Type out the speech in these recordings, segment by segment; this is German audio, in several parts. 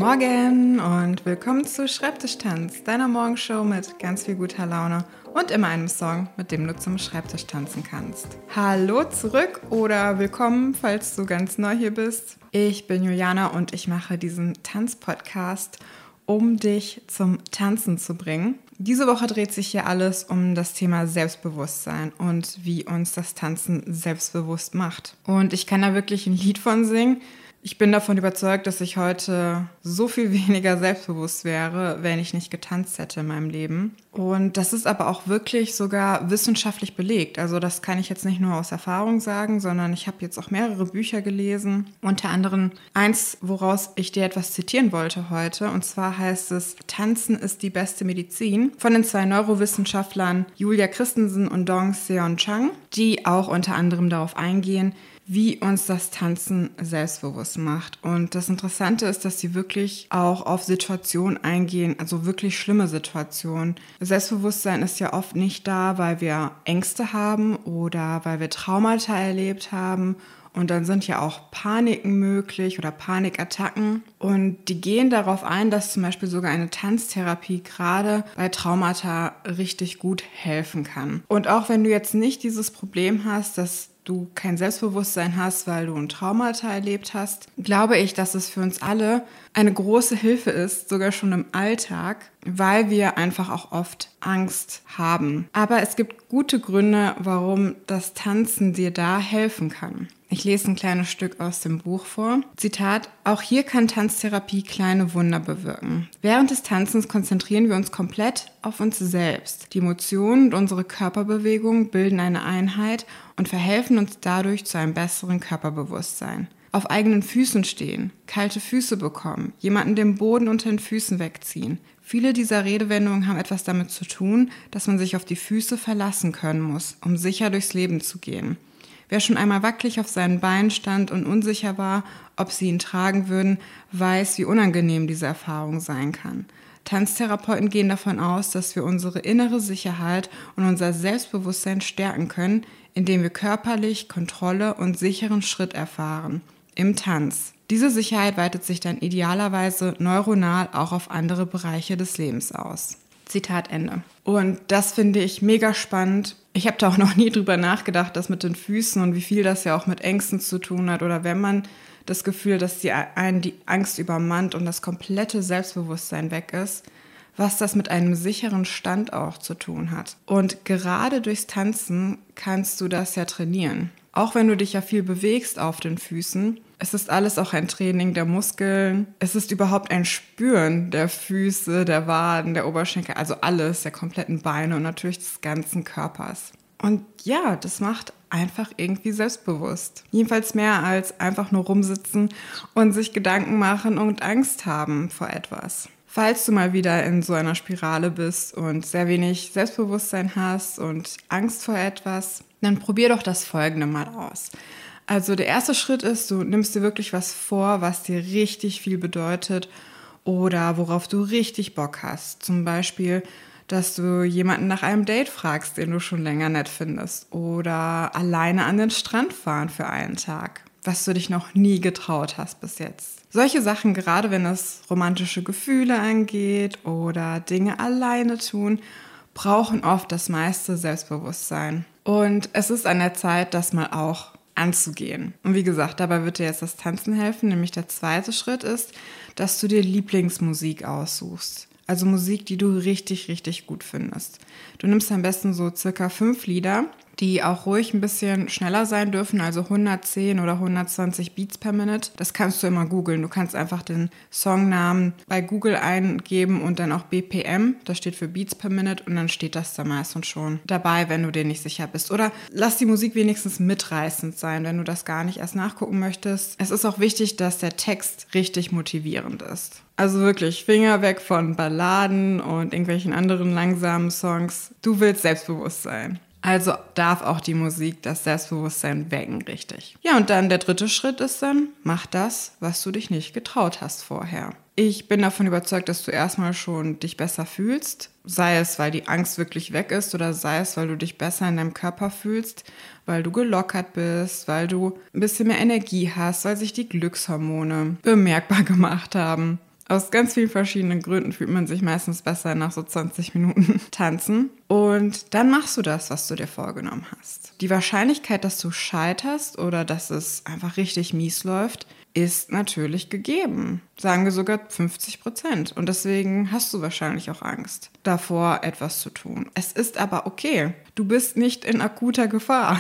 Morgen und willkommen zu Schreibtischtanz, deiner Morgenshow mit ganz viel guter Laune und immer einem Song, mit dem du zum Schreibtisch tanzen kannst. Hallo zurück oder willkommen, falls du ganz neu hier bist. Ich bin Juliana und ich mache diesen Tanzpodcast, um dich zum Tanzen zu bringen. Diese Woche dreht sich hier alles um das Thema Selbstbewusstsein und wie uns das Tanzen selbstbewusst macht. Und ich kann da wirklich ein Lied von singen. Ich bin davon überzeugt, dass ich heute so viel weniger selbstbewusst wäre, wenn ich nicht getanzt hätte in meinem Leben. Und das ist aber auch wirklich sogar wissenschaftlich belegt. Also das kann ich jetzt nicht nur aus Erfahrung sagen, sondern ich habe jetzt auch mehrere Bücher gelesen. Unter anderem eins, woraus ich dir etwas zitieren wollte heute. Und zwar heißt es, Tanzen ist die beste Medizin, von den 2 Neurowissenschaftlern Julia Christensen und Dong Seon Chang, die auch unter anderem darauf eingehen, wie uns das Tanzen selbstbewusst macht. Und das Interessante ist, dass sie wirklich auch auf Situationen eingehen, also wirklich schlimme Situationen. Selbstbewusstsein ist ja oft nicht da, weil wir Ängste haben oder weil wir Traumata erlebt haben. Und dann sind ja auch Paniken möglich oder Panikattacken. Und die gehen darauf ein, dass zum Beispiel sogar eine Tanztherapie gerade bei Traumata richtig gut helfen kann. Und auch wenn du jetzt nicht dieses Problem hast, dass du kein Selbstbewusstsein hast, weil du ein Traumata erlebt hast, glaube ich, dass es für uns alle eine große Hilfe ist, sogar schon im Alltag, weil wir einfach auch oft Angst haben. Aber es gibt gute Gründe, warum das Tanzen dir da helfen kann. Ich lese ein kleines Stück aus dem Buch vor. Zitat: Auch hier kann Tanztherapie kleine Wunder bewirken. Während des Tanzens konzentrieren wir uns komplett auf uns selbst. Die Emotionen und unsere Körperbewegungen bilden eine Einheit und verhelfen uns dadurch zu einem besseren Körperbewusstsein. Auf eigenen Füßen stehen, kalte Füße bekommen, jemanden den Boden unter den Füßen wegziehen. Viele dieser Redewendungen haben etwas damit zu tun, dass man sich auf die Füße verlassen können muss, um sicher durchs Leben zu gehen. Wer schon einmal wackelig auf seinen Beinen stand und unsicher war, ob sie ihn tragen würden, weiß, wie unangenehm diese Erfahrung sein kann. Tanztherapeuten gehen davon aus, dass wir unsere innere Sicherheit und unser Selbstbewusstsein stärken können, indem wir körperlich Kontrolle und sicheren Schritt erfahren. Im Tanz. Diese Sicherheit weitet sich dann idealerweise neuronal auch auf andere Bereiche des Lebens aus. Zitat Ende. Und das finde ich mega spannend. Ich habe da auch noch nie drüber nachgedacht, das mit den Füßen und wie viel das ja auch mit Ängsten zu tun hat. Oder wenn man das Gefühl, dass einen die Angst übermannt und das komplette Selbstbewusstsein weg ist, was das mit einem sicheren Stand auch zu tun hat. Und gerade durchs Tanzen kannst du das ja trainieren. Auch wenn du dich ja viel bewegst auf den Füßen, es ist alles auch ein Training der Muskeln. Es ist überhaupt ein Spüren der Füße, der Waden, der Oberschenkel, also alles, der kompletten Beine und natürlich des ganzen Körpers. Und ja, das macht einfach irgendwie selbstbewusst. Jedenfalls mehr als einfach nur rumsitzen und sich Gedanken machen und Angst haben vor etwas. Falls du mal wieder in so einer Spirale bist und sehr wenig Selbstbewusstsein hast und Angst vor etwas, dann probier doch das Folgende mal aus. Also der erste Schritt ist, du nimmst dir wirklich was vor, was dir richtig viel bedeutet oder worauf du richtig Bock hast. Zum Beispiel, dass du jemanden nach einem Date fragst, den du schon länger nett findest. Oder alleine an den Strand fahren für einen Tag, was du dich noch nie getraut hast bis jetzt. Solche Sachen, gerade wenn es romantische Gefühle angeht oder Dinge alleine tun, brauchen oft das meiste Selbstbewusstsein. Und es ist an der Zeit, das mal auch anzugehen. Und wie gesagt, dabei wird dir jetzt das Tanzen helfen. Nämlich der zweite Schritt ist, dass du dir Lieblingsmusik aussuchst. Also Musik, die du richtig, richtig gut findest. Du nimmst am besten so circa 5 Lieder, die auch ruhig ein bisschen schneller sein dürfen, also 110 oder 120 Beats per Minute. Das kannst du immer googeln. Du kannst einfach den Songnamen bei Google eingeben und dann auch BPM, das steht für Beats per Minute, und dann steht das da meistens schon dabei, wenn du dir nicht sicher bist. Oder lass die Musik wenigstens mitreißend sein, wenn du das gar nicht erst nachgucken möchtest. Es ist auch wichtig, dass der Text richtig motivierend ist. Also wirklich, Finger weg von Balladen und irgendwelchen anderen langsamen Songs. Du willst selbstbewusst sein. Also darf auch die Musik das Selbstbewusstsein wecken, richtig. Ja, und dann der dritte Schritt ist dann, mach das, was du dich nicht getraut hast vorher. Ich bin davon überzeugt, dass du erstmal schon dich besser fühlst. Sei es, weil die Angst wirklich weg ist oder sei es, weil du dich besser in deinem Körper fühlst, weil du gelockert bist, weil du ein bisschen mehr Energie hast, weil sich die Glückshormone bemerkbar gemacht haben. Aus ganz vielen verschiedenen Gründen fühlt man sich meistens besser nach so 20 Minuten tanzen. Und dann machst du das, was du dir vorgenommen hast. Die Wahrscheinlichkeit, dass du scheiterst oder dass es einfach richtig mies läuft, ist natürlich gegeben. Sagen wir sogar 50%. Und deswegen hast du wahrscheinlich auch Angst davor, etwas zu tun. Es ist aber okay. Du bist nicht in akuter Gefahr.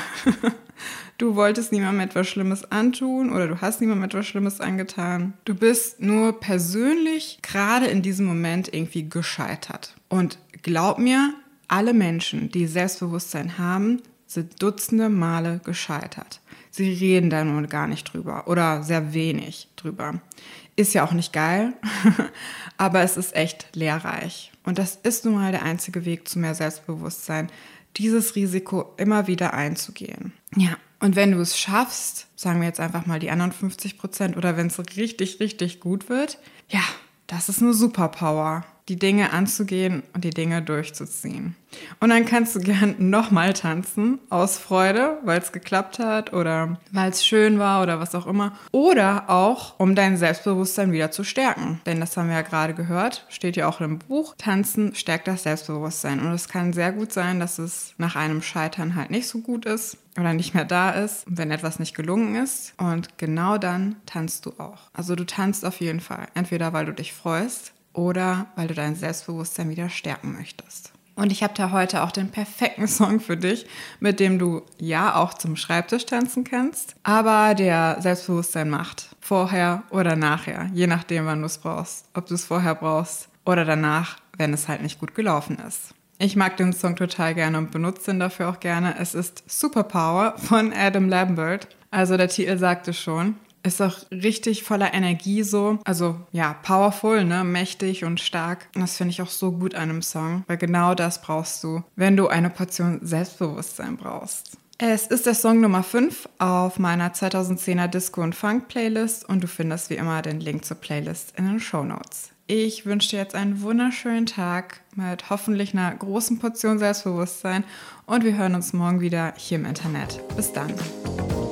Du wolltest niemandem etwas Schlimmes antun oder du hast niemandem etwas Schlimmes angetan. Du bist nur persönlich gerade in diesem Moment irgendwie gescheitert. Und glaub mir, alle Menschen, die Selbstbewusstsein haben, sind dutzende Male gescheitert. Sie reden da nur gar nicht drüber oder sehr wenig drüber. Ist ja auch nicht geil, aber es ist echt lehrreich. Und das ist nun mal der einzige Weg zu mehr Selbstbewusstsein, dieses Risiko immer wieder einzugehen. Ja, und wenn du es schaffst, sagen wir jetzt einfach mal die anderen 50%, oder wenn es richtig, richtig gut wird, ja, das ist eine Superpower, die Dinge anzugehen und die Dinge durchzuziehen. Und dann kannst du gern nochmal tanzen, aus Freude, weil es geklappt hat oder weil es schön war oder was auch immer. Oder auch, um dein Selbstbewusstsein wieder zu stärken. Denn das haben wir ja gerade gehört, steht ja auch im Buch, Tanzen stärkt das Selbstbewusstsein. Und es kann sehr gut sein, dass es nach einem Scheitern halt nicht so gut ist oder nicht mehr da ist, wenn etwas nicht gelungen ist. Und genau dann tanzt du auch. Also du tanzt auf jeden Fall. Entweder weil du dich freust oder weil du dein Selbstbewusstsein wieder stärken möchtest. Und ich habe da heute auch den perfekten Song für dich, mit dem du ja auch zum Schreibtisch tanzen kannst, aber der Selbstbewusstsein macht. Vorher oder nachher, je nachdem, wann du es brauchst. Ob du es vorher brauchst oder danach, wenn es halt nicht gut gelaufen ist. Ich mag den Song total gerne und benutze ihn dafür auch gerne. Es ist Superpower von Adam Lambert. Also der Titel sagte schon. Ist auch richtig voller Energie so. Also ja, powerful, ne? Mächtig und stark. Und das finde ich auch so gut an einem Song, weil genau das brauchst du, wenn du eine Portion Selbstbewusstsein brauchst. Es ist der Song Nummer 5 auf meiner 2010er Disco- und Funk-Playlist und du findest wie immer den Link zur Playlist in den Shownotes. Ich wünsche dir jetzt einen wunderschönen Tag mit hoffentlich einer großen Portion Selbstbewusstsein und wir hören uns morgen wieder hier im Internet. Bis dann.